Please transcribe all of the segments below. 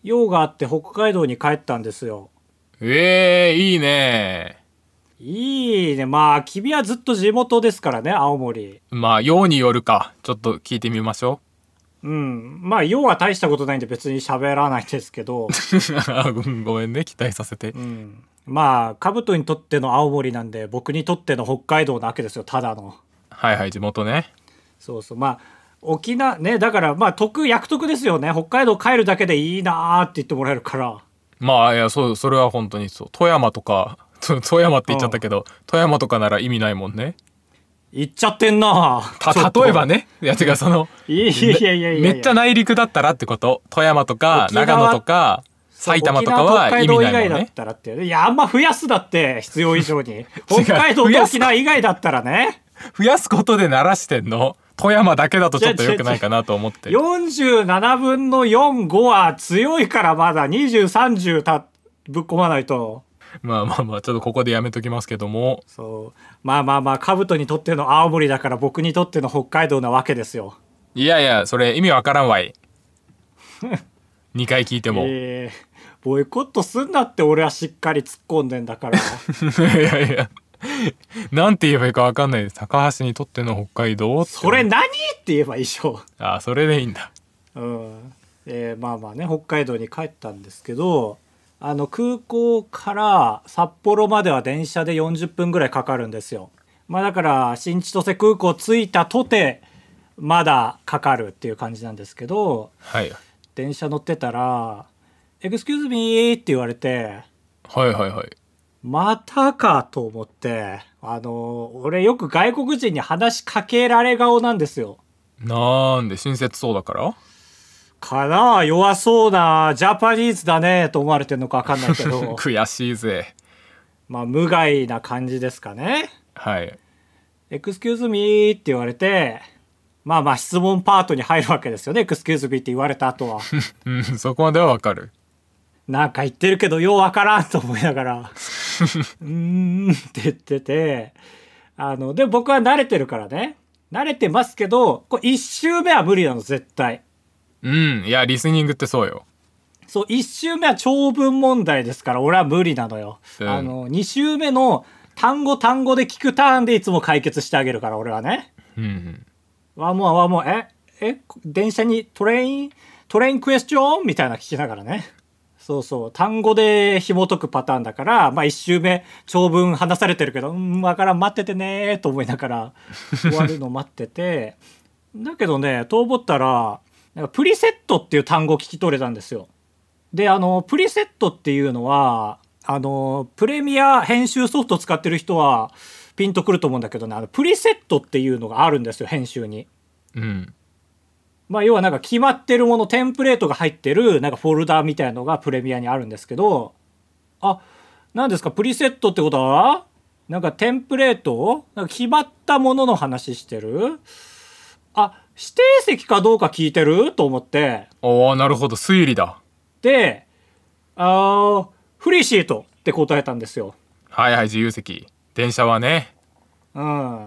用があって北海道に帰ったんですよ。 いいね。 いいね。まあ、君はずっと地元ですからね、青森。 まあ、ようによるか。ちょっと聞いてみましょうん。まあ、用は大したことないんで別に喋らないんですけど、 う。ごめんね、期待させて。 うん。まあ、兜にとっての青森なんで、僕にとっての北海道なわけですよ、ただの。 はいはい、地元ね。 そうそう。まあ、沖縄、ね、だから、まあ、役得ですよね。北海道帰るだけでいいなーって言ってもらえるから。 まあ、いや、そう、それは本当にそう。富山とか、富山って言っちゃったけど、富山とかなら意味ないもんね。 言っちゃってんなちょっと例えばね。いや、違う、 いやいやいやいやいやめっちゃ内陸だったらってこと。富山とか、 沖縄長野とか、埼玉とか沖縄は意味と北海道以ないもんね。 外だったらって。いや、あんま増やすだって、必要以上に。北海道と沖縄以外だったらね。 増やすことで鳴らしてんの。富山だけだとちょっと良くないかなと思って。 47分の4、5は強いからまだ20、30ぶっ込まないと。 まあまあまあ、ちょっとここでやめときますけども。 そう。まあまあまあ、兜にとっての青森だから僕にとっての北海道なわけですよ。 いやいや、それ意味わからんわい。2回聞いても。 ボイコットすんなって俺はしっかり突っ込んでんだから。 いやいや。なんて言えばいいかわかんないです。高橋にとっての北海道って。 それ何って言えばいいでしょ。 ああ、それでいいんだ。 うん。まあまあね、北海道に帰ったんですけど、空港から札幌までは電車で40分ぐらいかかるんですよ。まあだから、新千歳空港着いたとて、まだかかるっていう感じなんですけど、 はい。 電車乗ってたら、Excuse me って言われて、 はいはいはい。 またかと思って、俺よく外国人に話しかけられ顔なんですよ。 なんで親切そうだから。 かな、弱そうなジャパニーズだねと思われてるのかわかんないけど悔しいぜ。 まあ無害な感じですかね。 はい。 エクスキューズミーって言われて、まあまあ質問パートに入るわけですよね。エクスキューズミーって言われた後はうん、そこまではわかる。 なんか言ってるけどようわからんと思いながらうーんって言ってて、で僕は慣れてるからね、慣れてますけど、これ1周目は無理なの絶対。 うん。いや、リスニングってそうよ。 そう、1周目は長文問題ですから、俺は無理なのよ。 うん。 2周目の単語単語で聞くターンでいつも解決してあげるから、俺はね。 うん。 わもう、電車にトレインクエスチョンみたいな聞きながらね。そうそう、単語で紐解くパターンだから、まあ1周目長文話されてるけど、わからん、待っててねーと思いながら終わるの待ってて、だけどね、と思ったら、なんかプリセットっていう単語聞き取れたんですよ。で、プリセットっていうのは、プレミア編集ソフト使ってる人はピンとくると思うんだけどね、プリセットっていうのがあるんですよ、編集に。 うん。 まあ、要はなんか決まってるもの、テンプレートが入ってる、なんかフォルダーみたいなのがプレミアにあるんですけど、あ、何ですか、プリセットってことはなんかテンプレートなんか決まったものの話してる。あ、指定席かどうか聞いてると思って、 おー、なるほど。推理だ。 で、フリーシートって答えたんですよ。 はいはい、自由席。電車はね。 うん。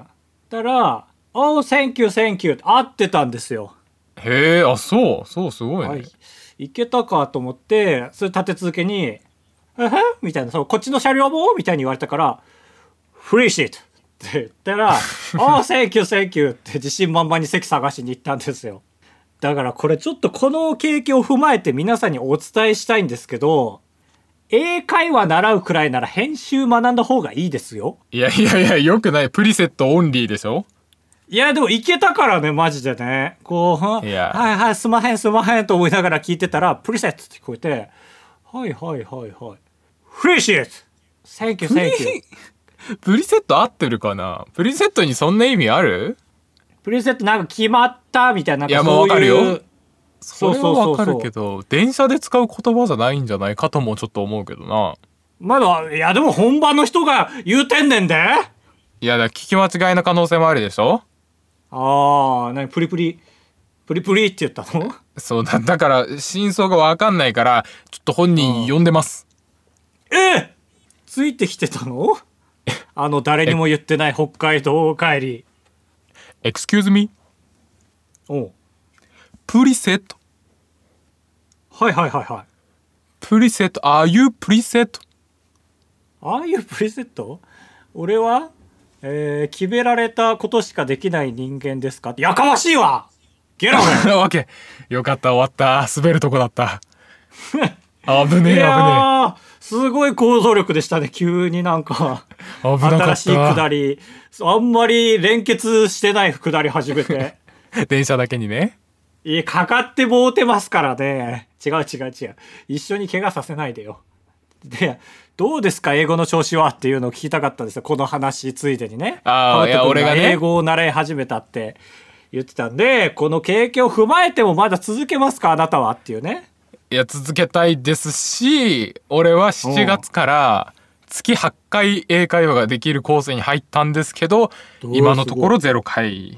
たら、Thank you, thank you って合ってたんですよ。 へえ、あ、そう。そう、すごいね。 はい。いけたかと思って、それ立て続けに、えへみたいな、こっちの車両もみたいに言われたから、フリーシートって言ったら、Thank you, thank you って自信満々に席探しに行ったんですよ。だからこれちょっとこの経験を踏まえて皆さんにお伝えしたいんですけど、英会話習うくらいなら編集学んだ方がいいですよ。 いやいやいや、よくない。プリセットオンリーでしょ。 いや、でもいけたからね、マジでね。こう、 いや、 はいはい、すまへんすまへんと思いながら聞いてたら、プリセットって聞こえて、はいはいはいはい。フリーシート !Thank you, プリ thank you. プリセット合ってるかな。プリセットにそんな意味ある。 プリセットなんか決まったみたいな、なんいや、 かそうもうわかるいう。 よ。そそうれはわかそうそうそう。 るけど、電車で使う言葉じゃないんじゃないかともちょっと思うけどな。 まだ、いやでも本場の人が言うてんねんで。 いや、だから聞き間違いの可能性もあるでしょ。 プリプリ、プリプリって言ったの。 そうだ、だから真相がわかんないから、ちょっと本人呼んでます。 えついてきてたの。誰にも言ってない北海道帰り。 Excuse me? おう。 プリセット。 はいはいはいはい。 preset? Are you preset? ああいうプリセット？俺は、決められたことしかできない人間ですか？やかましいわ。ゲラめ。 オッケー。よかった、終わった。滑るとこだった。危ねえ、危ねいやー、すごい行動力でしたね。急になんかえ。危なかった。 新しい下り、あんまり連結してない下り始めて。 電車だけにね。 いや、かかってもうてますからね。違う。一緒に怪我させないでよ。で、どうですか英語の調子はっていうのを聞きたかったんですよ。この話ついでにね。 ああ、いや、俺がね。 英語を習い始めたって言ってたんで、この経験を踏まえてもまだ続けますかあなたはっていうね。 いや、続けたいですし、俺は7月から月8回英会話ができるコースに入ったんですけど、今のところ0回。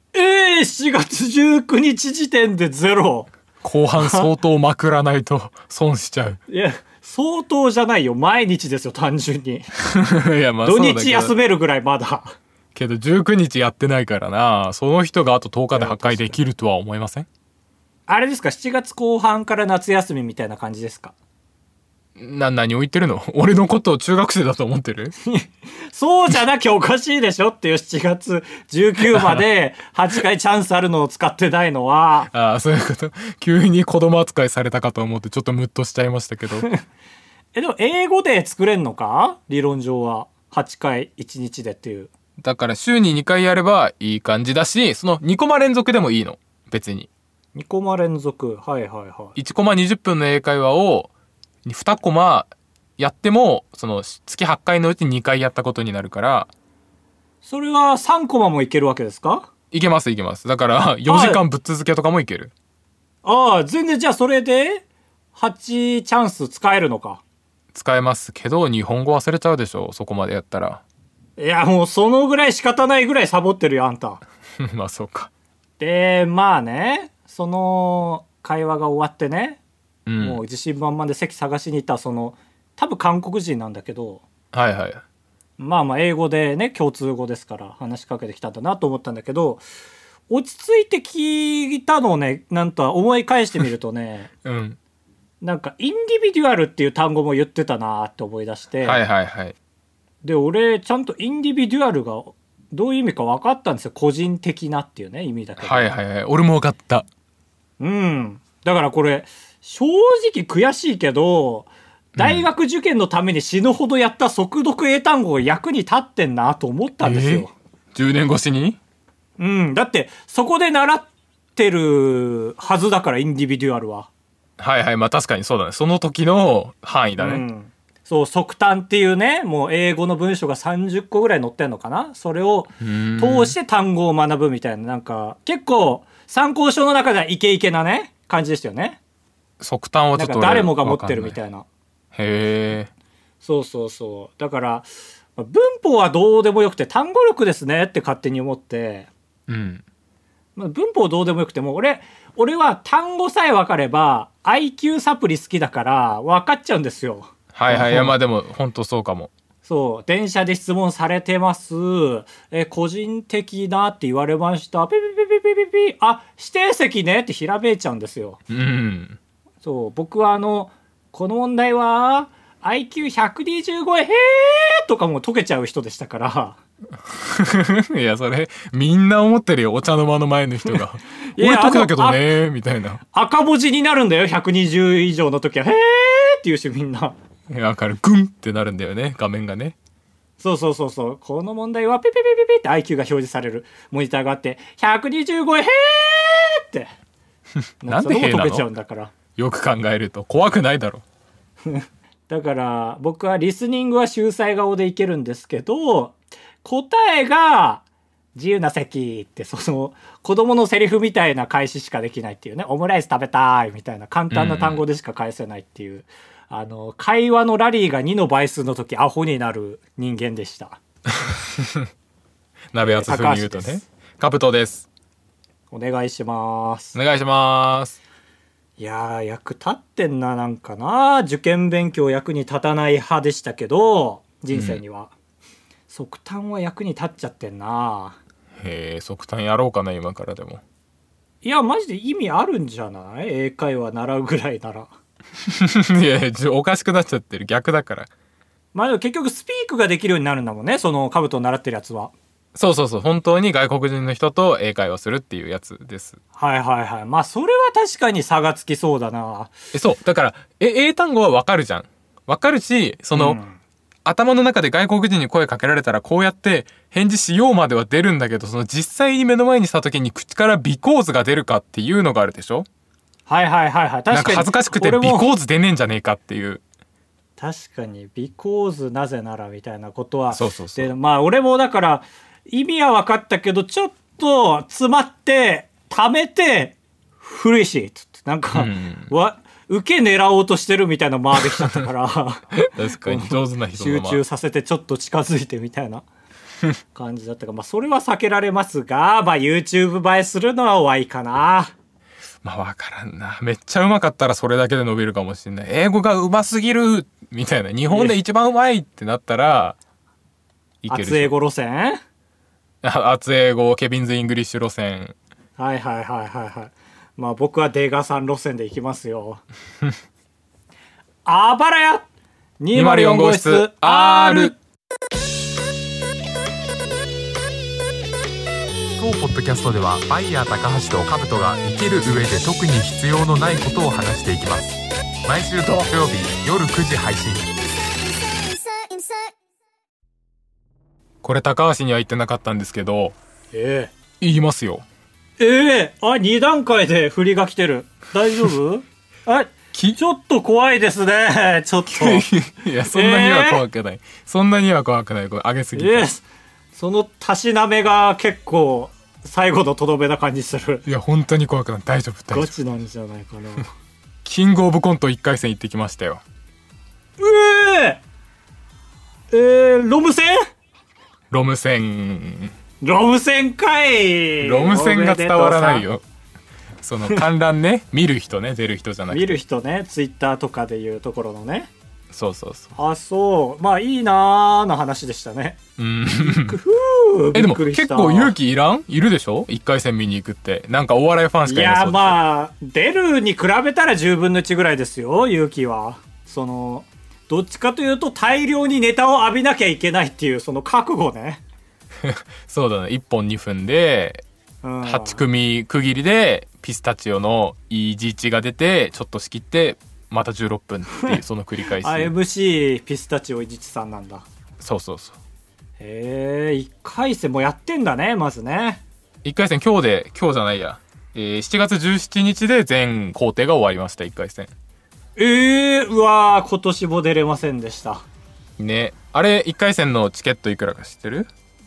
7月19日時点でゼロ。 後半相当まくらないと損しちゃう。 いや、相当じゃないよ。毎日ですよ、単純に。 いや、まあ土日休めるぐらいまだ。 けど19日やってないからな。その人があと10日で8回できるとは思いません？ あれですか、7月後半から夏休みみたいな感じですか？ 何を言ってるの？俺のことを中学生だと思ってる？ そうじゃなきゃおかしいでしょっていう。7月19まで8回チャンスあるのを使ってないのは。 ああ、そういうこと。急に子供扱いされたかと思ってちょっとムッとしちゃいましたけど。 でも英語で作れんのか？理論上は8回1日でっていう。 だから週に2回やればいい感じだし、その2コマ連続でもいいの。別に。 2コマ連続。はい。 1コマ20分の英会話を2コマやっても、その月8回のうち2回やったことになるから。 それは3コマもいけるわけですか？ いけます。だから4時間ぶっ続けとかもいける。 ああ、全然。じゃあそれで8チャンス使えるのか？ 使えますけど、日本語忘れちゃうでしょ、そこまでやったら。 いや、もうそのぐらい仕方ないぐらいサボってるよあんた。 まあそうか。 で、まあね、その会話が終わってね、 うん、 もう自信満々で席探しに行ったその多分韓国人なんだけど、 はい。 まあ英語でね、共通語ですから話しかけてきたんだなと思ったんだけど、落ち着いて聞いたのをね、なんと思い返してみるとねうん、 なんかインディビデュアルっていう単語も言ってたなって思い出して、 はい。 で俺ちゃんとインディビデュアルがどういう意味か分かったんですよ。個人的なっていうね意味だけど。 はい。俺も分かった。 だからこれ正直悔しいけど、大学受験のために死ぬほどやった速読英単語が役に立ってんなと思ったんですよ。 10年越しに？ だってそこで習ってるはずだから、インディビデュアルは。 はい。まあ確かにそうだね。その時の範囲だね。 そう、速単っていうね、もう英語の文章が30個ぐらい載ってんのかな。それを通して単語を学ぶみたいな、なんか結構参考書の中ではイケイケなね感じですよね。 速単はちょっとなんか誰もが持ってるみたいな。 へえ。 そうだから文法はどうでもよくて単語力ですねって勝手に思って、文法どうでもよくても俺は単語さえ分かれば IQ サプリ好きだから分かっちゃうんですよ。 はい。いやまあでも本当そうかも。 そう、電車で質問されてます。個人的なって言われました。ピピピピピピピ。あ、指定席ねってひらめいちゃうんですよ。そう、僕はこの問題は IQ125 へーとかも解けちゃう人でしたから。 いやそれみんな思ってるよ、お茶の間の前の人が。俺解けたけどねみたいな。 赤文字になるんだよ、120以上の時は。へーって言うしみんな。 わかる。グンってなるんだよね、画面がね。 そう。この問題はピピピピピって IQ が表示されるモニターがあって、125へーって。 なんでへーなの？ 解けちゃうんだから。 よく考えると怖くないだろ。 だから僕はリスニングは秀才顔でいけるんですけど、答えが自由な席ってその子供のセリフみたいな返ししかできないっていうね。オムライス食べたいみたいな簡単な単語でしか返せないっていう、会話のラリーが2の倍数の時アホになる人間でした。 鍋厚風に言うとね。カブトです。 お願いします。 お願いします。 いやー役立ってんな。なんかな、受験勉強役に立たない派でしたけど人生には、速単は役に立っちゃってんな。 へえ、速単やろうかな今からでも。 いやマジで意味あるんじゃない？英会話習うぐらいなら。 いやいやおかしくなっちゃってる、逆だから。 まあでも結局スピークができるようになるんだもんね、その兜を習ってるやつは。 そうそうそう、本当に外国人の人と英会話するっていうやつです。 はいはいはい。まあそれは確かに差がつきそうだな。 そうだから英単語はわかるじゃん。わかるし、その、頭の中で外国人に声かけられたらこうやって返事しようまでは出るんだけど、その実際に目の前にした時に口からビコーズが出るかっていうのがあるでしょ。 はいはいはいはい。確かになんか恥ずかしくてビコーズ出ねえんじゃねえかっていう。 確かにビコーズなぜならみたいなことは。 そうそうそう。 でまあ俺もだから意味は分かったけど、ちょっと詰まって溜めて古いしっつってなんか、受け狙おうとしてるみたいな間できちゃったから確かに上手な人集中させてちょっと近づいてみたいな感じだったから、まあそれは避けられますが、まあ YouTube 映えするのは終いかな。 まあ分からんな。めっちゃうまかったらそれだけで伸びるかもしれない。英語がうますぎるみたいな、日本で一番うまいってなったらいける。 厚英語路線、 厚英語ケビンズ・イングリッシュ路線。 はいはいはいはいはい。まあ僕はデーガーさん路線で行きますよあばらや204号室 R。 当ポッドキャストではバイヤー高橋とカブトが生きる上で特に必要のないことを話していきます。毎週土曜日夜9時配信。これ高橋には言ってなかったんですけど、言いますよ。 2段階で振りが来てる。大丈夫ちょっと怖いですね。ちょっといやそんなには怖くない、そんなには怖くない。これ上げすぎて、 そのたしなめが結構最後のとどめな感じする。 いや本当に怖くない。大丈夫大丈夫。 ガチなんじゃないかなキングオブコント1回戦行ってきましたよ。 ロム線ロム線ロム線かい。 ロム線が伝わらないよ。その観覧ね見る人ね、出る人じゃなくて見る人ね、ツイッターとかでいうところのね。 そうそうそう。 あ、そうまあいいなーの話でしたね。 でも結構勇気いらん？いるでしょ1回戦見に行くって。なんかお笑いファンしかいないそうです。 いやまあ出るに比べたら10分の1ぐらいですよ、勇気は。そのどっちかというと大量にネタを浴びなきゃいけないっていうその覚悟ねそうだね、1本2分で8組区切りでピスタチオのいい字値が出てちょっと仕切ってまた16分っていうその繰り返し MC ピスタチオいじちさんなんだ。 そうそうそう。 1回戦もやってんだね。まずね 1回戦今日じゃないや、7月17日で全工程が終わりました。1回戦うわー今年も出れませんでしたね。あれ1回戦のチケットいくらか知ってる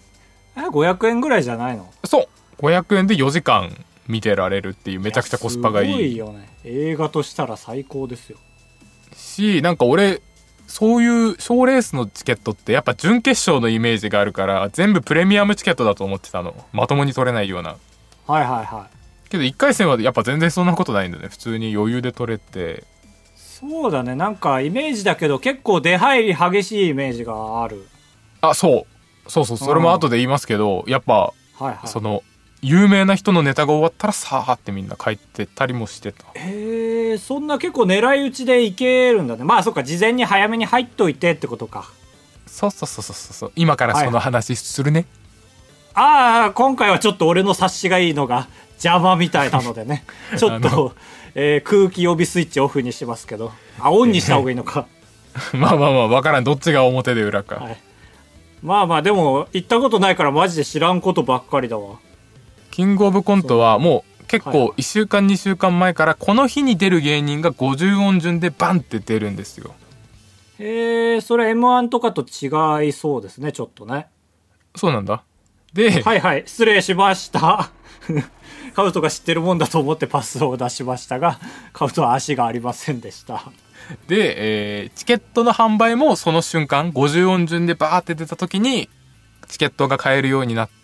？500円ぐらいじゃないの？ そう500円で4時間見てられるっていうめちゃくちゃコスパがいい。 すごいよね。映画としたら最高ですよ。 しなんか俺そういう賞レースのチケットってやっぱ準決勝のイメージがあるから全部プレミアムチケットだと思ってたの。まともに取れないような。 はいはいはい。 けど1回戦はやっぱ全然そんなことないんだね。普通に余裕で取れて。 そうだね、なんかイメージだけど結構出入り激しいイメージがある。 あ、そうそれも後で言いますけど、やっぱ、その有名な人のネタが終わったらさーってみんな帰ってたりもしてた。 そんな結構狙い撃ちでいけるんだね。まあそっか、事前に早めに入っといてってことか。 そう今からその話するね。 今回はちょっと俺の察しがいいのが邪魔みたいなのでねちょっと、空気予備スイッチオフにしますけど、オンにした方がいいのかまあ分からん、どっちが表で裏か。 まあでも行ったことないからマジで知らんことばっかりだわ。 キングオブコントはもう結構1週間2週間前からこの日に出る芸人が50音順でバンって出るんですよ。 それ M1 とかと違いそうですね、ちょっとね。 そうなんだ。ではい失礼しましたカウトが知ってるもんだと思ってパスを出しましたが、カウトは足がありませんでしたで、チケットの販売もその瞬間50音順でバーって出た時にチケットが買えるようになって、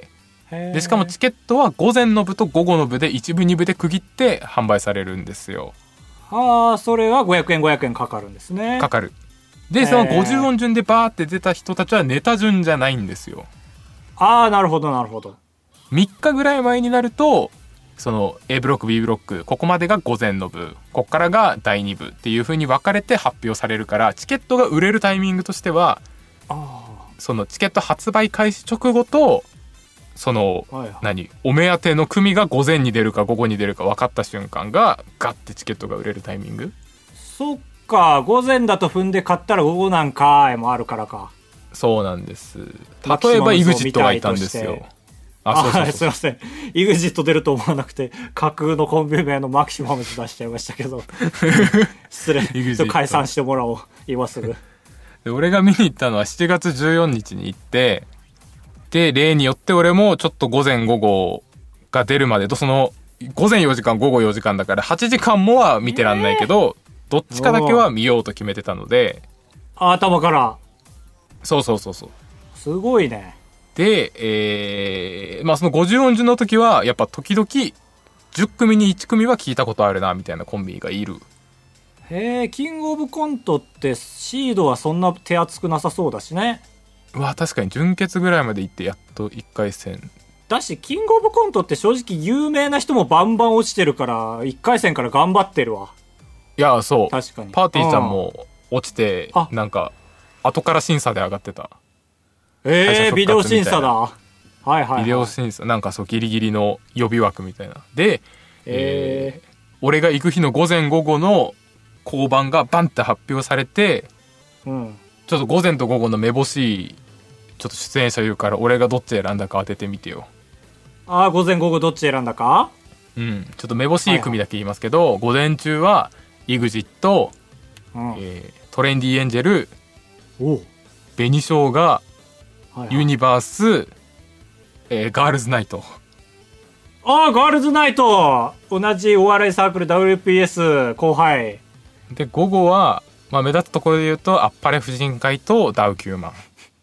でしかもチケットは午前の部と午後の部で1部2部で区切って販売されるんですよ。 それは500円かかるんですね。 かかる。でその50音順でバーって出た人たちはネタ順じゃないんですよ。 なるほど。 3日ぐらい前になるとその A ブロック B ブロックここまでが午前の部、ここからが第2部っていう風に分かれて発表されるから、チケットが売れるタイミングとしてはそのチケット発売開始直後とその、お目当ての組が午前に出るか午後に出るか分かった瞬間がガッてチケットが売れるタイミング。 そっか、午前だと踏んで買ったら午後なんかいもあるからか。 そうなんです。例えば EXIT がいたんですよ。 そうすいません、 EXIT 出ると思わなくて架空のコンビ名のマキシマムズ出しちゃいましたけど失礼解散してもらおう今すぐ。 で俺が見に行ったのは7月14日に行って、で例によって俺もちょっと午前午後が出るまでと、その午前4時間午後4時間だから8時間もは見てらんないけど、どっちかだけは見ようと決めてたので、 頭からそうすごいね。 で、まあその50音順の時はやっぱ時々10組に1組は聞いたことあるなみたいなコンビがいる。 へえ、キングオブコントってシードはそんな手厚くなさそうだしね。 うわ確かに準決ぐらいまで行ってやっと1回戦だし、キングオブコントって正直有名な人もバンバン落ちてるから1回戦から頑張ってるわ。 いやそう、 確かにパーティーちゃんも落ちてなんか後から審査で上がってた。 ビデオ審査だ。はいはい、はい、 ビデオ審査なんかそうギリギリの予備枠みたいなで、俺が行く日の午前午後の交番がバンって発表されて、ちょっと午前と午後のめぼしいちょっと出演者いるから俺がどっち選んだか当ててみてよ。 午前午後どっち選んだか。 ちょっとめぼしい組だけ言いますけど、午前中は EXIT、トレンディエンジェル、紅しょうが、ユニバース、ガールズナイト。 ガールズナイト、同じお笑いサークル WPS 後輩で、午後は、まあ、目立つところで言うとあっぱれ婦人会とダウ9万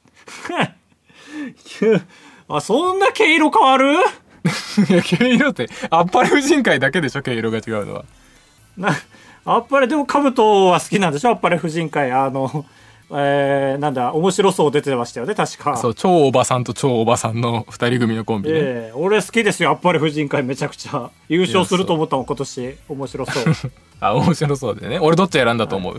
そんな毛色変わる？ いや毛色ってあっぱれ婦人会だけでしょ、毛色が違うのは。 あっぱれでも兜は好きなんでしょ、あっぱれ婦人会。なんだ、面白そう出てましたよね確か。 そう、超おばさんと超おばさんの2人組のコンビね。 俺好きですよ、あっぱれ婦人会。めちゃくちゃ優勝すると思ったもん今年。面白そう面白そうでね。俺どっち選んだと思う？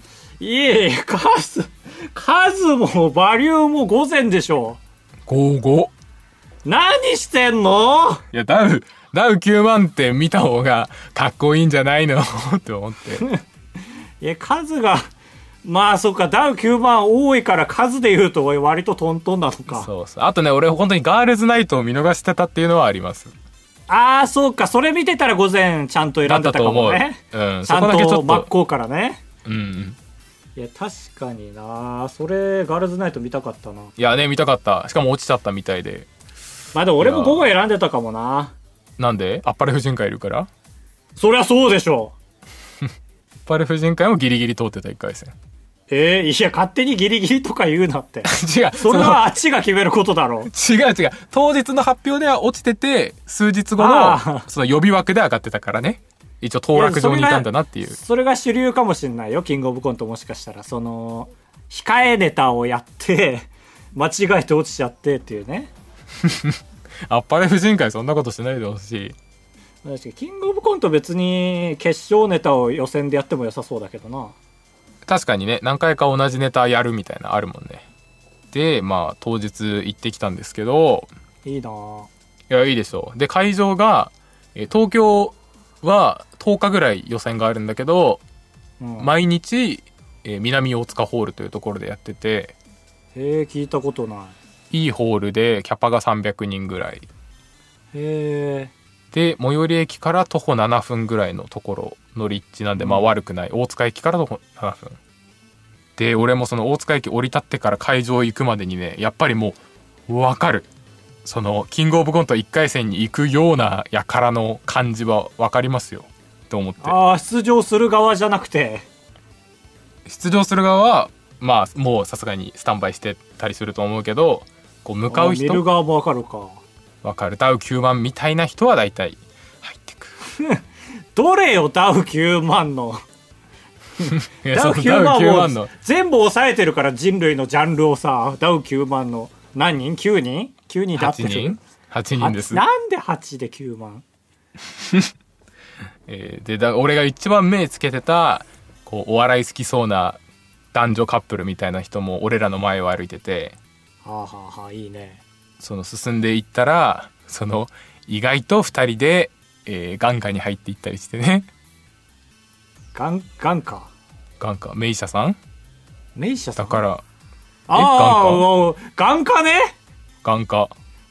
数もバリューも午前でしょ。 午後何してんの？ いやダウ9万って見た方がかっこいいんじゃないのって思って数がまあそっか、ダウ9万多いから数で言うと割とトントンなのか。 そうあとね、俺本当にガールズナイトを見逃してたっていうのはあります。 そうか、それ見てたら午前ちゃんと選んでたかもね。ちゃんと真っ向からね。いや確かにな、それガールズナイト見たかったな。 いやね、見たかった。しかも落ちちゃったみたいで。 まあでも俺も午後選んでたかもな。 なんで？あっぱれ婦人会いるから。 そりゃそうでしょあっぱれ婦人会もギリギリ通ってた1回戦。 いや勝手にギリギリとか言うなって違う、 それはあっちが決めることだろ。 違う当日の発表では落ちてて、数日後のその予備枠で上がってたからね。一応当落場にいたんだなっていう。 それが主流かもしれないよ、キングオブコント。もしかしたらその控えネタをやって間違えて落ちちゃってっていうねあっぱれ婦人会そんなことしないでほしい。 確かにキングオブコント別に決勝ネタを予選でやっても良さそうだけどな。 確かにね、何回か同じネタやるみたいなあるもんね。でまあ当日行ってきたんですけど、 いいなぁ。 いやいいでしょう。で会場が東京は10日ぐらい予選があるんだけど、毎日南大塚ホールというところでやってて、 聞いたことない。 いいホールでキャパが300人ぐらいで、最寄り駅から徒歩7分ぐらいのところの立地なんで、まあ悪くない。大塚駅から徒歩7分で、俺もその大塚駅降り立ってから会場行くまでにね、やっぱりもう分かる。そのキングオブコント1回戦に行くようなやからの感じは分かりますよと思って。 出場する側じゃなくて、 出場する側はまあもうさすがにスタンバイしてたりすると思うけど、こう向かう人、 見る側も分かるか。 分かる。ダウ9万みたいな人は大体入ってくどれよダウ9万のダウ 9万も全部抑えてるから、人類のジャンルをさ。ダウ9万の何人？ 9 人？ 9 人で合ってる？ 8人です。 なんで8で9万？ で俺が一番目つけてたこうお笑い好きそうな男女カップルみたいな人も俺らの前を歩いてて、 はあはあはあ、いいね。 その進んでいったらその意外と2人で、眼科に入っていったりしてね。 眼科名医者さん名医者さんだから、 眼科ね。 眼科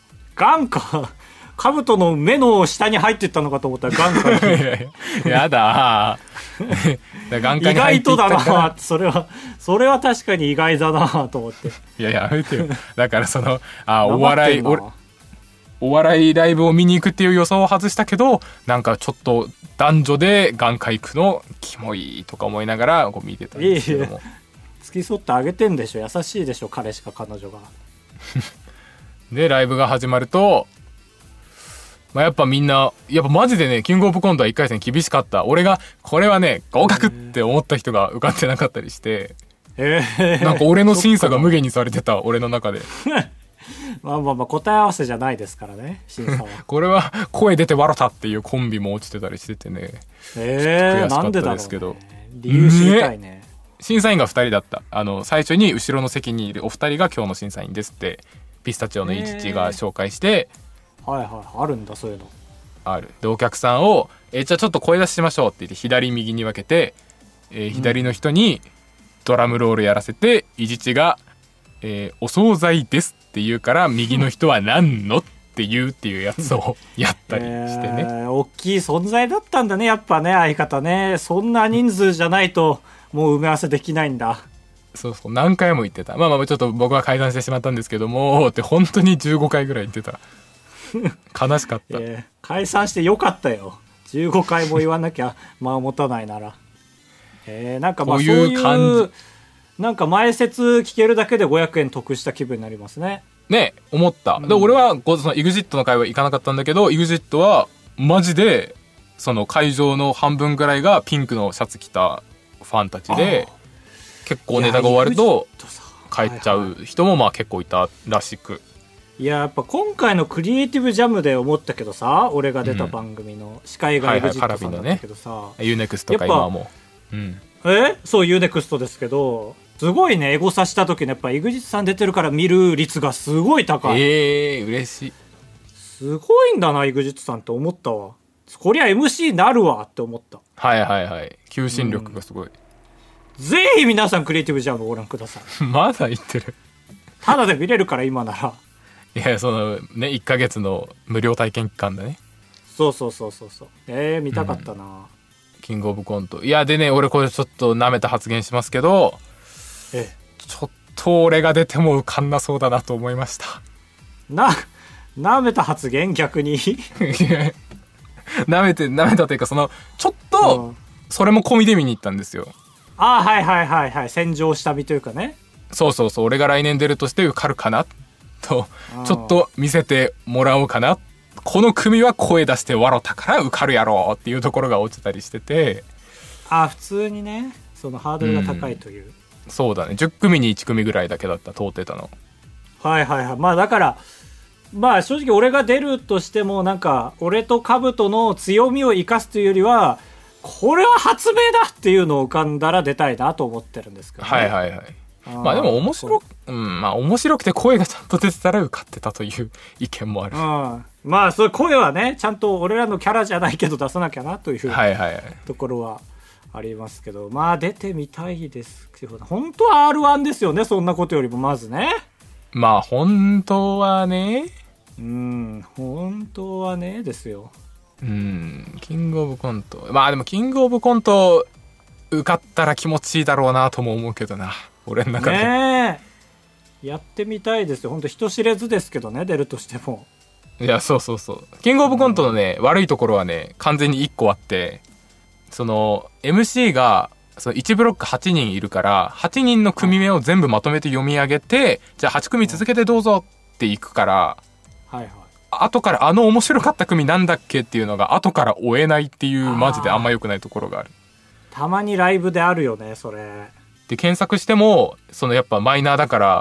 兜の目の下に入ってったのかと思ったら眼科にやだ眼科意に入ってい外とだったからな。それは確かに意外だなと思って。 いややめてよ。だからそのおお笑いライブを見に行くっていう予想を外したけど、なんかちょっと男女で眼科行くのキモいとか思いながらこう見てたんですけども。 付き添ってあげてんでしょ。優しいでしょ、彼しか彼女が。 でライブが始まると、やっぱみんなやっぱマジでね、キングオブコントは1回戦厳しかった。俺がこれはね合格って思った人が受かってなかったりして、なんか俺の審査が無限にされてた、俺の中で。 まあ答え合わせじゃないですからね、審査は。 これは声出て笑ったっていうコンビも落ちてたりしててね、悔しかったですけど、 理由知りたいね。 審査員が2人だった。最初に後ろの席にいるお二人が今日の審査員ですってピスタチオのイチチが紹介して、 はいはい、あるんだそういうの。 ある。でお客さんをじゃあちょっと声出ししましょうって言って左右に分けて、左の人にドラムロールやらせて、イチチが、お惣菜ですって言うから右の人は何のって言うっていうやつをやったりしてね。 大きい存在だったんだね、やっぱね、相方ね。そんな人数じゃないともう埋め合わせできないんだ。 そうそう、何回も言ってた。まあちょっと僕は改ざんしてしまったんですけどもって本当に15回ぐらい言ってた。悲しかった。 解散してよかったよ。15回も言わなきゃ間を持たないなら。なんかまあそういうなんか前説聞けるだけで500円得した気分になりますね。 ね、思った。で俺はその EXIT の会は行かなかったんだけど、 EXIT はマジでその会場の半分ぐらいがピンクのシャツ着たファンたちで、結構ネタが終わると帰っちゃう人もまあ結構いたらしく。 いややっぱ今回のクリエイティブジャムで思ったけどさ、俺が出た番組の司会が EXIT さんだったけどさ、 UNEXT とか今はもう、 そう UNEXT ですけど、すごいね、エゴサした時のやっぱ EXIT さん出てるから見る率がすごい高い。 嬉しい。 すごいんだな EXIT さんって思ったわ。こりゃ MC になるわって思った。 はい求心力がすごい。 ぜひ皆さんクリエイティブジャムご覧ください。 まだ言ってる。 ただで見れるから今なら。 いやそのね、1ヶ月の無料体験期間だね。 そう見たかったな、 キングオブコント。いやでね、俺これちょっと舐めた発言しますけど、ちょっと俺が出ても受かんなそうだなと思いました。 舐めた発言逆に舐めたというか、そのちょっとそれも込みで見に行ったんですよ。 はい戦場下見というかね。 そう俺が来年出るとして受かるかなとちょっと見せてもらおうかな、この組は声出して笑ったから受かるやろうっていうところが落ちたりしてて、 普通にね、そのハードルが高いという、 そうだね、10組に1組ぐらいだけだった、通ってたの。 まあだからまあ正直俺が出るとしても、なんか俺と兜の強みを生かすというよりは、これは発明だっていうのを浮かんだら出たいなと思ってるんですけどね。まあでも面白くて声がちゃんと出てたら受かってたという意見もある。 まあそういう声はね、ちゃんと俺らのキャラじゃないけど出さなきゃなというところはありますけど、まあ出てみたいですけど、本当は R1 ですよね、そんなことよりもまずね。 まあ本当はね、 本当はねですよ。 キングオブコント、まあでもキングオブコント受かったら気持ちいいだろうなとも思うけどな、俺の中で。 やってみたいですよ、本当人知れずですけどね、出るとしても。 いやそうキングオブコントのね、悪いところはね完全に1個あって、その MC がその1ブロック8人いるから、8人の組名を全部まとめて読み上げて、じゃあ8組続けてどうぞっていくから、後から面白かった組なんだっけっていうのが後から追えないっていう、マジであんま良くないところがある。 たまにライブであるよねそれで。検索してもそのやっぱマイナーだから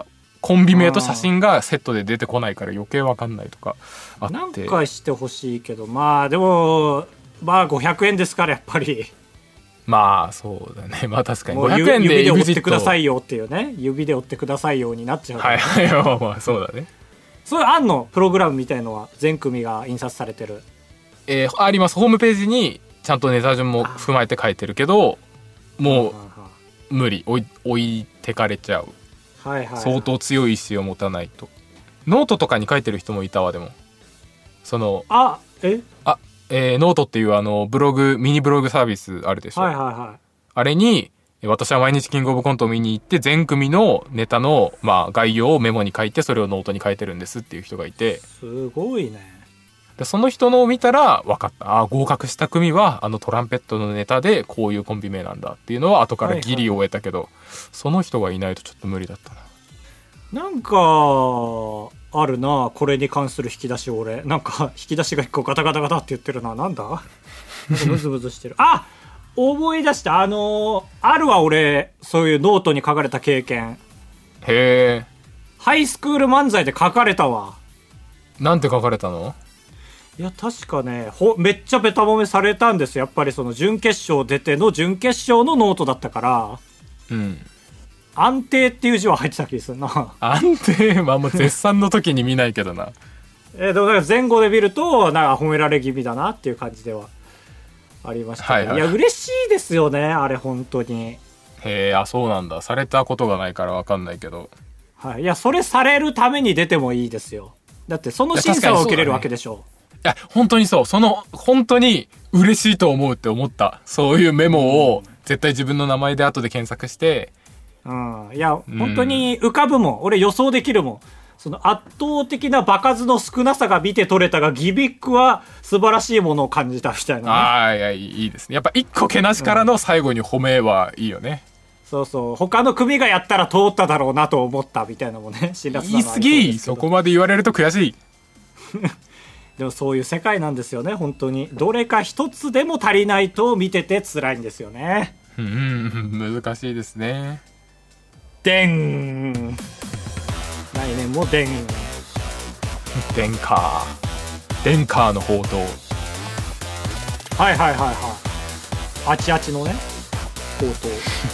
コンビ名と写真がセットで出てこないから余計わかんないとかあって。 なんかしてほしいけど、まあでもまあ500円ですからやっぱり。 まあそうだね。まあ確かにもう 500円で指で EXIT 折ってくださいよっていうね、指で折ってくださいようになっちゃう、 はいはい、まあそうだね。 そういうあんのプログラムみたいのは全組が印刷されてる。 あります。ホームページにちゃんとネタ順も踏まえて書いてるけど、もう無理、置いてかれちゃう、 はいはいはい、 相当強い意志を持たないと。ノートとかに書いてる人もいたわ。でもそのノートっていうブログ、ミニブログサービスあるでしょ、 はいはいはい、 あれに私は毎日キングオブコントを見に行って全組のネタの、まあ、概要をメモに書いてそれをノートに書いてるんですっていう人がいて、 すごいね。 でその人のを見たら分かった。合格した組はトランペットのネタでこういうコンビ名なんだっていうのは後からギリを得たけど、はいはい、その人がいないとちょっと無理だったな。 なんかあるな、これに関する引き出し。俺なんか引き出しが一個ガタガタガタって言ってるな。なんだなんかムズムズしてる。あ、思い出した。あるわ、俺そういうノートに書かれた経験。 へえ。 ハイスクール漫才で書かれたわ。 なんて書かれたの？ いや確かね、めっちゃベタ褒めされたんですよ。やっぱりその準決勝出ての準決勝のノートだったから。 うん。 安定っていう字は入ってた気がするな。 安定、まあもう絶賛の時に見ないけどな。 でもなんか前後で見るとなんか褒められ気味だなっていう感じではありました、ね。はいはい、いや嬉しいですよね、あれ本当に。 へえ、あ、そうなんだ。されたことがないから分かんないけど。 はい、いやそれされるために出てもいいですよ。だってその審査を受けれるわけでしょ。 いや本当にそう、本当に嬉しいと思うって思った。そういうメモを絶対自分の名前で後で検索して、 うん、いや本当に浮かぶもん。俺予想できるもん。その圧倒的な場数の少なさが見て取れたが、ギミックは素晴らしいものを感じたみたいな、ね。 ああ、いやいいですね。やっぱ一個けなしからの最後に褒めはいいよね。 そうそう、他の組がやったら通っただろうなと思ったみたいなのもね、辛辣なのありそうですけど。 言い過ぎ。そこまで言われると悔しい。 でもそういう世界なんですよね、本当に。どれか一つでも足りないと見てて辛いんですよね。 難しいですね。 でん。来年もでん。 デンカーの報道。 はいはいはいはい。あちあちのね、報道。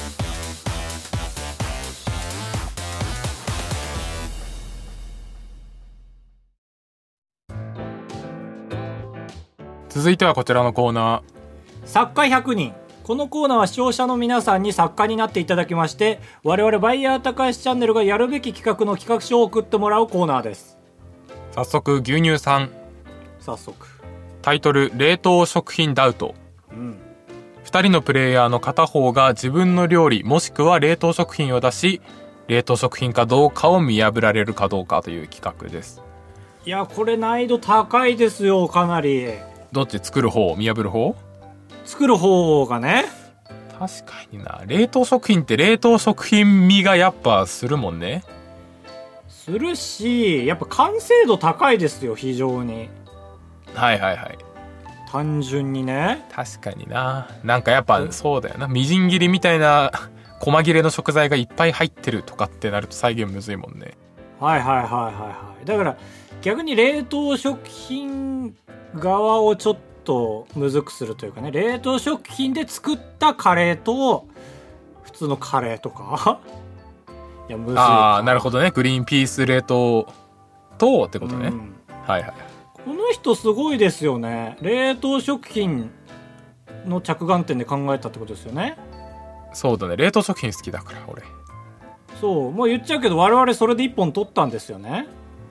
続いてはこちらのコーナー、作家100人。このコーナーは視聴者の皆さんに作家になっていただきまして、我々バイヤー高橋チャンネルがやるべき企画の企画書を送ってもらうコーナーです。 早速牛乳さん。 早速タイトル、冷凍食品ダウト。2人のプレイヤーの片方が自分の料理もしくは冷凍食品を出し、冷凍食品かどうかを見破られるかどうかという企画です。 いやこれ難易度高いですよ、かなり。 どっち？作る方？見破る方？ 作る方がね。 確かにな。冷凍食品って冷凍食品味がやっぱするもんね。 するし、やっぱ完成度高いですよ、非常に。 はいはいはい。 単純にね。 確かにな。なんかやっぱそうだよな。みじん切りみたいな細切れの食材がいっぱい入ってるとかってなると再現むずいもんね。 はいはいはいはいはい。だから逆に冷凍食品側をちょっとむずくするというかね、冷凍食品で作ったカレーと普通のカレーとかいやむずいか。 ああ、なるほどね。グリーンピース冷凍とってことね。はいはい。 この人すごいですよね。冷凍食品の着眼点で考えたってことですよね。 そうだね。冷凍食品好きだから俺。 そう、もう言っちゃうけど我々それで一本取ったんですよね。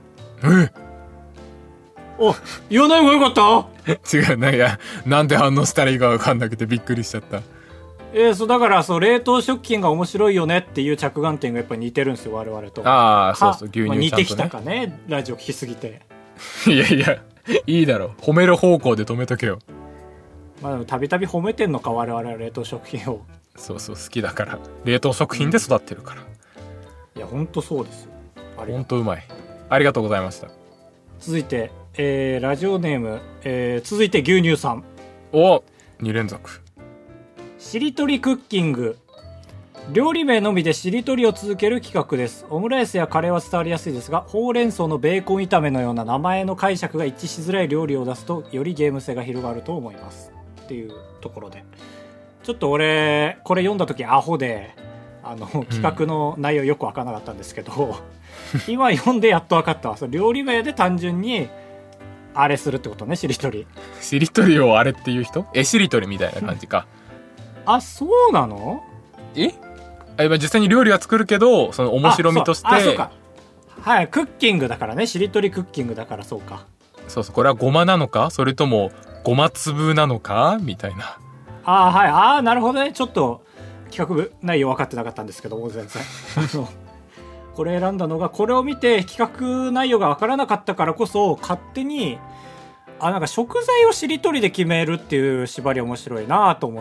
お、言わない方がよかった違うな。いや、なんで反応したらいいか分かんなくてびっくりしちゃった。 そうだからそう冷凍食品が面白いよねっていう着眼点がやっぱり似てるんですよ、我々と。 ああ、そうそう、牛乳ちゃんとね。 似てきたかね、ラジオ聞きすぎて。 いやいや、いいだろ。褒める方向で止めとけよ。 まあでもたびたび褒めてんのか、我々は冷凍食品を。 そうそう、好きだから。冷凍食品で育ってるから。 いやほんとそうですよ。 ほんとうまい。ありがとうございました。 続いて、ラジオネーム、続いて牛乳さん。 お、2連続。 しりとりクッキング。 料理名のみでしりとりを続ける企画です。オムライスやカレーは伝わりやすいですが、ほうれん草のベーコン炒めのような名前の解釈が一致しづらい料理を出すとよりゲーム性が広がると思いますっていうところで、ちょっと俺これ読んだ時アホで企画の内容よく分からなかったんですけど、今読んでやっと分かったわ。それ料理名で単純にあれするってことね。しりとりをあれっていう人、しりとりみたいな感じか。 あ、そうなの？ 実際に料理は作るけど、その面白みとして、 そうか、はい、クッキングだからね。しりとりクッキングだから、そうか。 そうこれはごまなのか、それともごま粒なのかみたいな。 はい、なるほどね。ちょっと企画内容分かってなかったんですけども、全然これ選んだのが、これを見て企画内容が分からなかったからこそ、勝手になんか食材をしりとりで決めるっていう縛り面白いなと思って、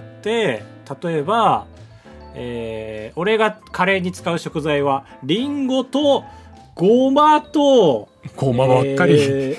例えば俺がカレーに使う食材はリンゴとごまとごまばっかり、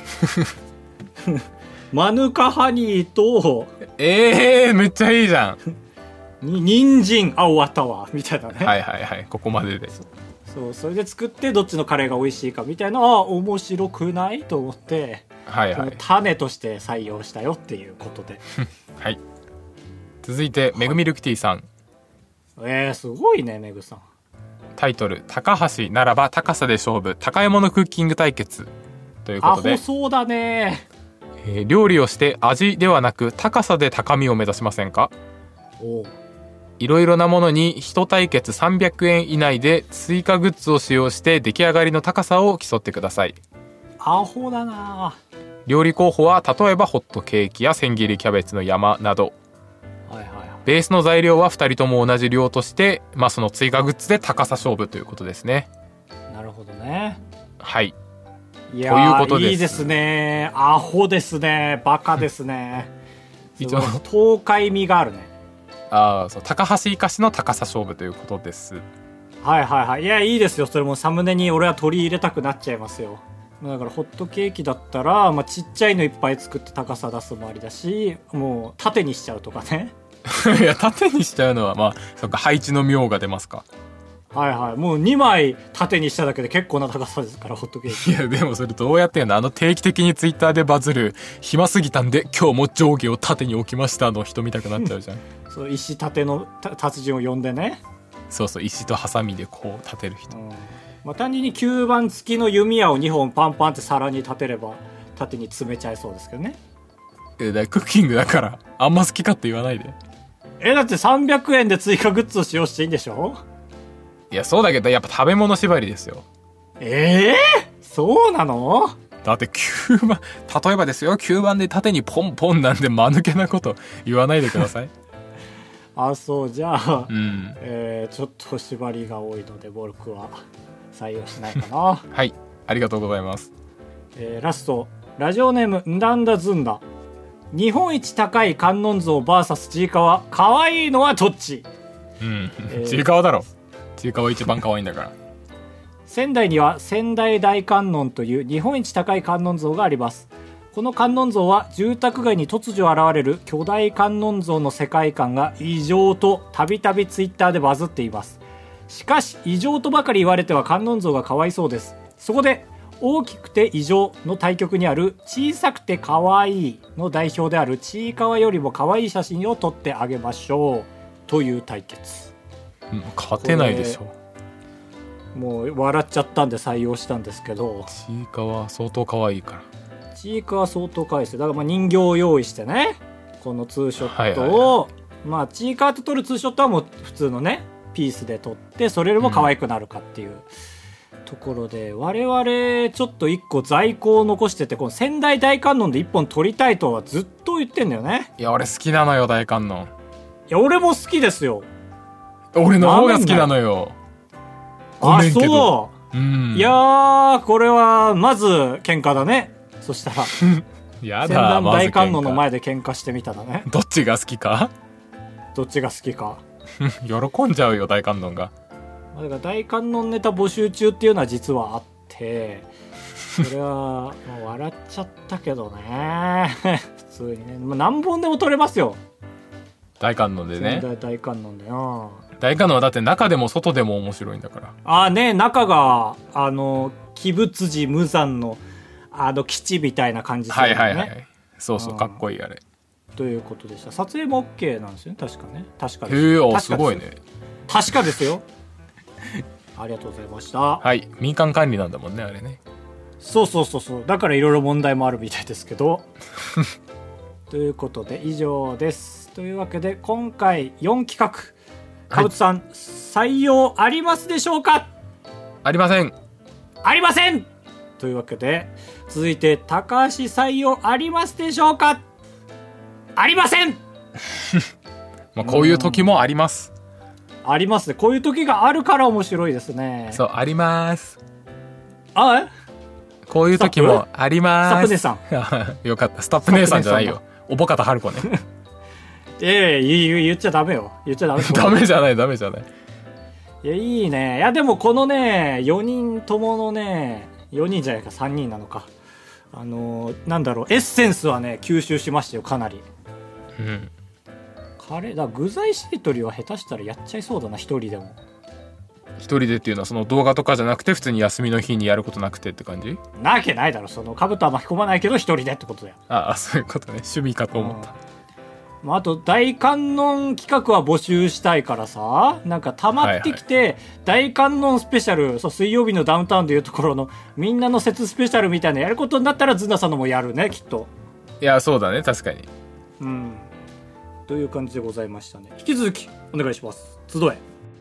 マヌカハニーとめっちゃいいじゃん。 人参、終わったわみたいなね。 はいここまでです。 そう、それで作ってどっちのカレーが美味しいかみたいな、面白くないと思って、この種として採用したよっていうことではい。続いてめぐみルクティさん。 すごいね、めぐさん。 タイトル、高橋ならば高さで勝負高山のクッキング対決ということで、 アホそうだね。 料理をして味ではなく高さで高みを目指しませんか。いろいろなものに1対決300円以内で追加グッズを使用して出来上がりの高さを競ってください。 アホだな。 料理候補は例えばホットケーキや千切りキャベツの山など、ベースの材料は2人とも同じ量として、その追加グッズで高さ勝負ということですね。 なるほどね。 はい。 いやー、ということです。いいですね。アホですね。バカですね。一応東海味があるね。 そう、高橋生かしの高さ勝負ということです。 はい。いや、いいですよ。それもサムネに俺は取り入れたくなっちゃいますよ。だからホットケーキだったら、ちっちゃいのいっぱい作って高さ出すもありだし、もう縦にしちゃうとかね。 いや、縦にしちゃうのはそっか、配置の妙が出ますか。 もう2枚縦にしただけで結構な高さですから、ホットケーキ。 いや、でもそれどうやってんの？定期的にツイッターでバズる暇すぎたんで今日も上下を縦に置きましたの人見たくなっちゃうじゃん。 そう、石縦の達人を呼んでね。 そう、石とハサミでこう立てる人。 単純に吸盤付きの弓矢を2本パンパンって皿に立てれば縦に詰めちゃいそうですけどね。 クッキングだからあんま好きかって言わないで。 だって300円で追加グッズを使用していいんでしょ。 いや、そうだけどやっぱ食べ物縛りですよ。 そうなの？ だって吸盤、例えばですよ、吸盤で縦にポンポンなんで間抜けなこと言わないでください。 そう、じゃあ、ちょっと縛りが多いので僕は採用しないかな。 はい、ありがとうございます。 ラスト、ラジオネームんだんだずんだ。日本一高い観音像 VS ちいかわ、可愛いのはどっち？ ちいかわだろ。ちいかわ一番可愛いんだから。 仙台には仙台大観音という日本一高い観音像があります。この観音像は住宅街に突如現れる巨大観音像の世界観が異常とたびたびツイッターでバズっています。しかし異常とばかり言われては観音像がかわいそうです。そこで大きくて異常の対極にある小さくてかわいいの代表であるちいかわよりもかわいい写真を撮ってあげましょうという対決。 勝てないでしょ。 もう笑っちゃったんで採用したんですけど、 ちいかわ相当可愛いから。 ちいかわ相当可愛いですよ。だから人形を用意してね、このツーショットを、ちいかわと撮るツーショットはもう普通のねピースで撮って、それよりも可愛くなるかっていうところで、我々ちょっと一個在庫を残してて、この仙台大観音で一本撮りたいとはずっと言ってんだよね。 いや、俺好きなのよ、大観音。 いや、俺も好きですよ。 俺の方が好きなのよ。 そう、いやー、これはまず喧嘩だね。そしたらやだ、 仙台大観音の前で喧嘩してみたらね。 どっちが好きかどっちが好きか喜んじゃうよ、大観音が。 だから大観音ネタ募集中っていうのは実はあって、それは笑っちゃったけどね。普通にね、何本でも撮れますよ、 大観音でね。 大観音でな。 大観音はだって中でも外でも面白いんだから。 ああね、中が鬼仏寺無惨の基地みたいな感じするよね。 はいはいはい、そうそう、かっこいいあれということでした。撮影も OK なんですよね、確かね。確かです。 へえ、すごいね。 確かですよ。ありがとうございました。 はい、民間管理なんだもんねあれね。 そうそうそうそう、だからいろいろ問題もあるみたいですけどということで以上です。というわけで今回4企画、かぶとさん、採用ありますでしょうか？ ありません。 ありません。というわけで続いて高橋、採用ありますでしょうか？ありませんまあこういう時もあります。 ありますね。こういう時があるから面白いですね。 そう、あります。 あ、 こういう時もあります。 スタップ姉さんよかった。スタップ姉さんじゃないよ、おぼかたはるこね。 言っちゃダメよ。言っちゃダメダメじゃないダメじゃない。 いや、いいね。いやでもこのね4人とものね、4人じゃないか3人なのか、なんだろう、エッセンスはね吸収しましたよ、かなり。 うん。 具材しりとりは下手したらやっちゃいそうだな、一人でも。 一人でっていうのはその動画とかじゃなくて普通に休みの日にやることなくてって感じ？ なわけないだろ、その兜は巻き込まないけど一人でってことだよ。 ああ、そういうことね。趣味かと思った。 あと大観音企画は募集したいからさ、なんか溜まってきて、大観音スペシャル、そう、水曜日のダウンタウンでいうところのみんなの説スペシャルみたいなやることになったらズナさんのもやるね、きっと。 いや、そうだね、確かに。 うん、という感じでございましたね。引き続きお願いします。集え。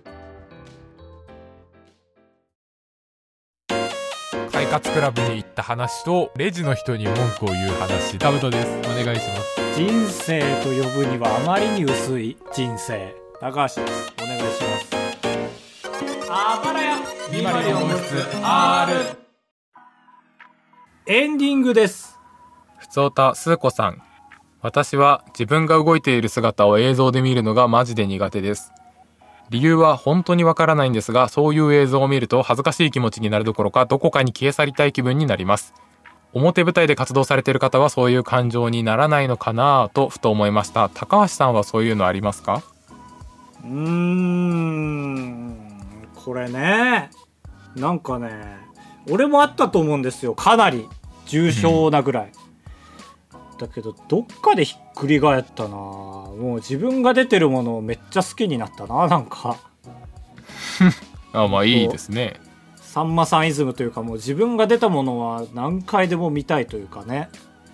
快活クラブに行った話とレジの人に文句を言う話、タブトです。お願いします。 人生と呼ぶにはあまりに薄い人生、高橋です。お願いします。あばらや204号室 R。 エンディングです。 ふつおたすーこさん、私は自分が動いている姿を映像で見るのがマジで苦手です。理由は本当にわからないんですが、そういう映像を見ると恥ずかしい気持ちになるどころか、どこかに消え去りたい気分になります。表舞台で活動されている方はそういう感情にならないのかなとふと思いました。高橋さんはそういうのありますか？ これね、なんかね、俺もあったと思うんですよ。かなり重症なぐらい、だけどどっかでひっくり返ったな。もう自分が出てるものをめっちゃ好きになったな、なんかあ、まあいいですね。 さんまさんイズムというか、もう自分が出たものは何回でも見たいというかね。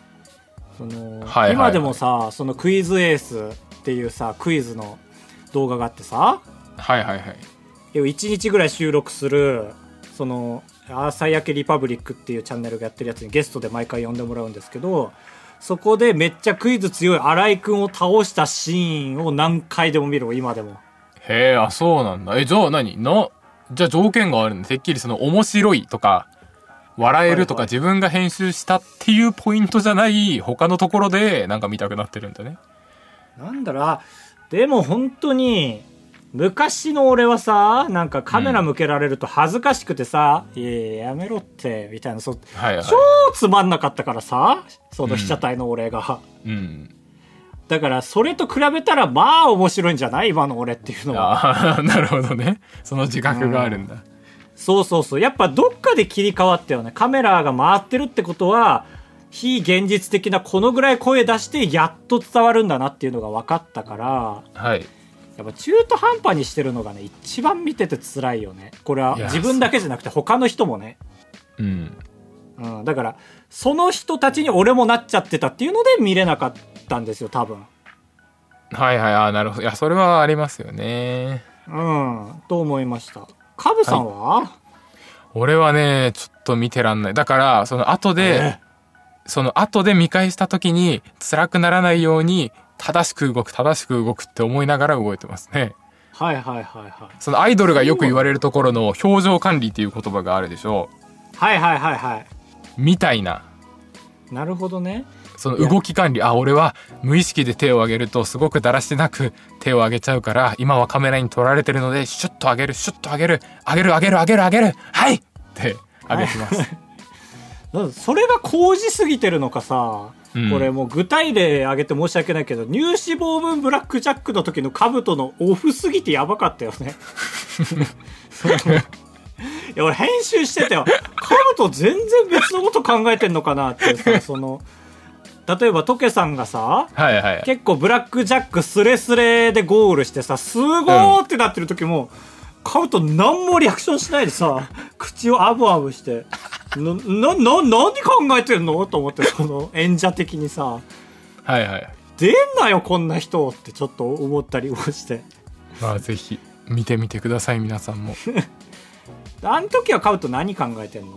今でもさ、そのクイズエースっていうさクイズの動画があってさ、 はいはいはい、 1日ぐらい収録する、その朝焼けリパブリックっていうチャンネルがやってるやつにゲストで毎回呼んでもらうんですけど、そこでめっちゃクイズ強い新井くんを倒したシーンを何回でも見る、今でも。 へえ、あ、そうなんだ。じゃあじゃあ条件があるんで、てっきりその面白いとか笑えるとか、自分が編集したっていうポイントじゃない他のところでなんか見たくなってるんだね。 なんだろう、でも本当に昔の俺はさ、なんかカメラ向けられると恥ずかしくてさ、いややめろってみたいな、 はいはい、 超つまんなかったからさ、その被写体の俺が、だからそれと比べたらまあ面白いんじゃない、今の俺っていうのは。 あ、なるほどね、その自覚があるんだ。 そうそうそう、やっぱどっかで切り替わったよね。カメラが回ってるってことは非現実的なこのぐらい声出してやっと伝わるんだなっていうのが分かったから、 はい、 やっぱ中途半端にしてるのがね、一番見てて辛いよね。これは自分だけじゃなくて他の人もね。だからその人たちに俺もなっちゃってたっていうので見れなかったんですよ、多分。 はいはい、あ、なるほど。いや、それはありますよね。 と思いました。カブさんは、はい、 俺はね、ちょっと見てらんない。だからその後で見返した時に辛くならないように正しく動くって思いながら動いてますね。 はいはいはいはい。 そのアイドルがよく言われるところの表情管理っていう言葉があるでしょ。 はいはいはいはい。 みたいな。 なるほどね。 その動き管理、俺は無意識で手を上げるとすごくだらしなく手を上げちゃうから、今はカメラに撮られてるのでシュッと上げる、はいって上げてます。 それが高じすぎてるのかさ、 これもう具体例挙げて申し訳ないけど、乳脂肪分ブラックジャックの時の兜のオフすぎてやばかったよね。いや俺編集してたよ。兜全然別のこと考えてんのかなってさ、例えばトケさんがさ、 はいはい。 結構ブラックジャックスレスレでゴールしてさ、すごーってなってる時も、兜何もリアクションしないでさ、口をアブアブして、何考えてんのと思って、演者的にさ、 はいはい。 出んなよこんな人ってちょっと思ったりもして。 まあぜひ見てみてください皆さんも。 あの時は兜何考えてんの？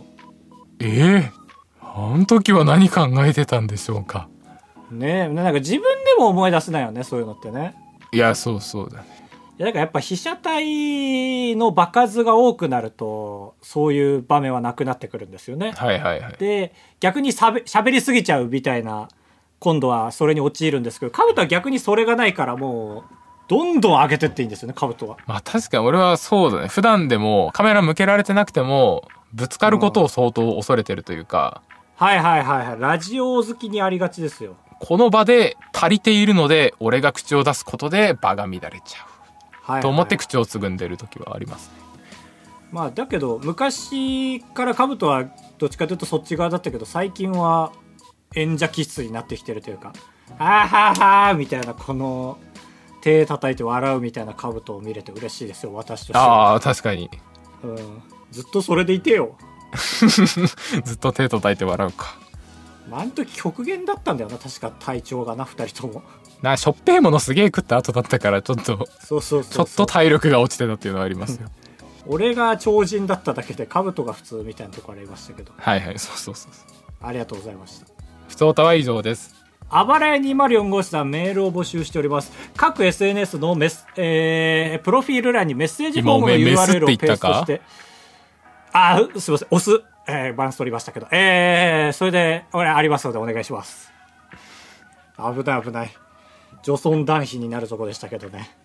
あの時は何考えてたんでしょうかねえ、なんか自分でも思い出せないよね、そういうのってね。 いやそうだね。 いやだからやっぱ被写体の場数が多くなるとそういう場面はなくなってくるんですよね。 はいはいはい。 で逆に喋りすぎちゃうみたいな、今度はそれに陥るんですけど、兜は逆にそれがないからもうどんどん上げてっていいんですよね、兜は。 まあ確かに俺はそうだね。普段でもカメラ向けられてなくてもぶつかることを相当恐れてるというか、 はいはいはいはい、ラジオ好きにありがちですよ。 この場で足りているので俺が口を出すことで場が乱れちゃう、はいはい、と思って口をつぐんでる時はありますね。 まあだけど昔から兜はどっちかというとそっち側だったけど、最近は演者気質になってきてるというか、あーはーはーみたいな、この手叩いて笑うみたいな兜を見れて嬉しいですよ、私としては。 ああ確かに、 ずっとそれでいてよ。 ずっと手叩いて笑うか。 あの時極限だったんだよな、確か体調がな、2人ともしょっぺいものすげえ食った後だったからちょっとそうちょっと体力が落ちてたっていうのはありますよ。 俺が超人だっただけで兜が普通みたいなとこありましたけど、 はいはい、そうありがとうございました。 ふつおたは以上です。 あばらや204号室さん、メールを募集しております。各 SNS のプロフィール欄にメッセージフォームの URL をペーストして、すいません、押す、バランス取りましたけど、それで俺ありますのでお願いします。危ない女尊男卑になるとこでしたけどね。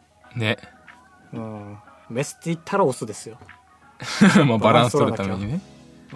メスって言ったら押すですよ。 まあバランス取るためにね。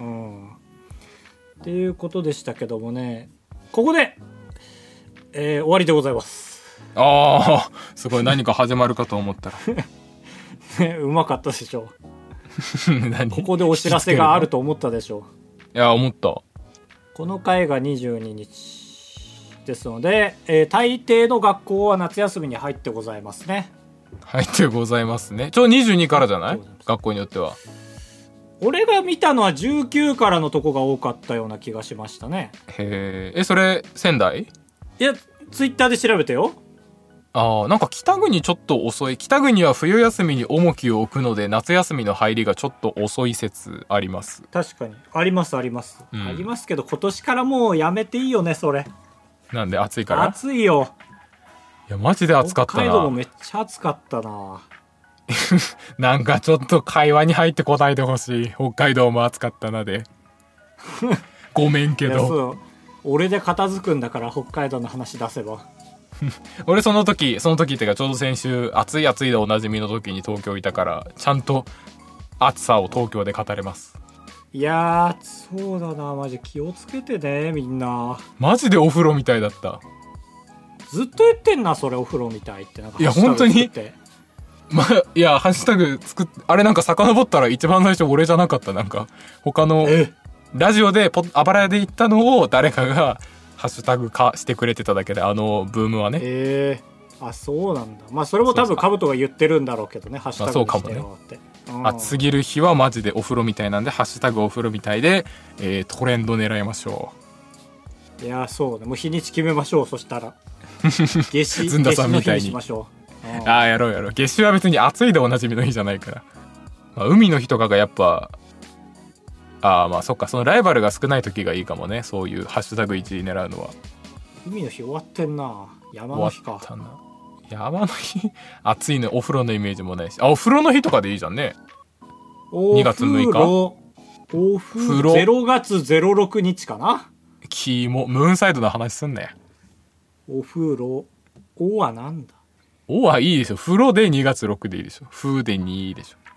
っていうことでしたけどもね、ここで、終わりでございます。 ああすごい、何か始まるかと思ったらね、うまかったでしょ何ここでお知らせがあると思ったでしょ。 いや思った。 この回が22日ですので、大抵の学校は夏休みに入ってございますね。 入ってございますね。22からじゃない？学校によっては。 俺が見たのは19からのとこが多かったような気がしましたね。 へえ。それ仙台？ いやツイッターで調べてよ。 なんか北国ちょっと遅い。北国は冬休みに重きを置くので夏休みの入りがちょっと遅い説あります。 確かにあります、あります、ありますけど、今年からもうやめていいよねそれ。 なんで？暑いから？ 暑いよ。 いやマジで暑かったな。 北海道もめっちゃ暑かったななんかちょっと会話に入ってこないでほしい。北海道も暑かったなでごめんけど。 俺で片付くんだから北海道の話出せば俺その時っていうかちょうど先週暑いでおなじみの時に東京いたからちゃんと暑さを東京で語れます。 いやーそうだな、マジ気をつけてねみんな。 マジでお風呂みたいだった。 ずっと言ってんなそれ、お風呂みたいって。なんかいや本当にいやハッシュタグ作っあれなんか遡ったら一番最初俺じゃなかった。なんか他のラジオであばらやで言ったのを誰かがハッシュタグ化してくれてただけで、ブームはね。 そうなんだ。まあそれも多分カブトが言ってるんだろうけどね、ハッシュタグにしてよって。 暑すぎる日はマジでお風呂みたいなんで、ハッシュタグお風呂みたいで、トレンド狙いましょう。いやそうね、もう日にち決めましょう。そしたら夏至ずんださんみたいにしましょう。 やろう。夏至は別に暑いでおなじみの日じゃないから、まあ、海の日とかがやっぱまあそっか、そのライバルが少ない時がいいかもね。そういうハッシュタグ1位狙うのは。 海の日終わってんな。山の日か。 終わったな。山の日暑いね。お風呂のイメージもないし。お風呂の日とかでいいじゃんね。2月6日お風呂0月06日かな。 ムーンサイドの話すんね。 お風呂おはなんだ。 おはいいでしょ。風呂で2月6でいいでしょ。風で2でしょ。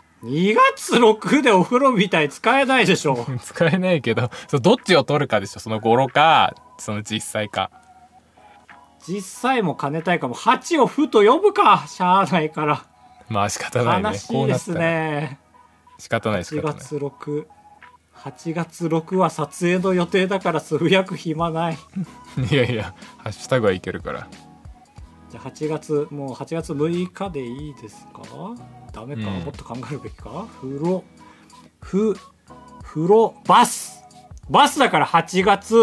2月6でお風呂みたい使えないでしょ。 使えないけど、どっちを取るかでしょ。その語呂かその実際か。 実際も兼ねたいかも。8をふと呼ぶか。しゃあないから。 まあ仕方ないね。 悲しいですね。 仕方ない仕 8 方ない。 月6。8月6は撮影の予定だからつぶやく暇ない。 いやいや、ハッシュタグはいけるから。 じゃあ8月、もう8月6日でいいですか？ダメか、 うんもっと考えるべきか？風呂、バスだから8月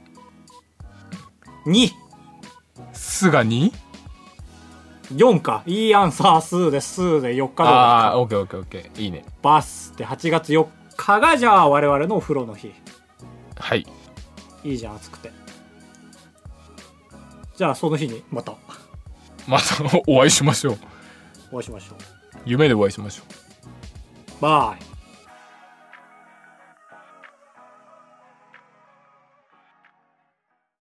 2。 すがに 4か。いいアンサー数で数で4日ああ、 だオッケーオッケーオッケー。いいね。 バスって8月4日がじゃあ我々のお風呂の日。 はい。 いいじゃん、暑くて。じゃあその日にまたまたお会いしましょう。 お会いしましょう。 夢でお会いしましょう。 バイ。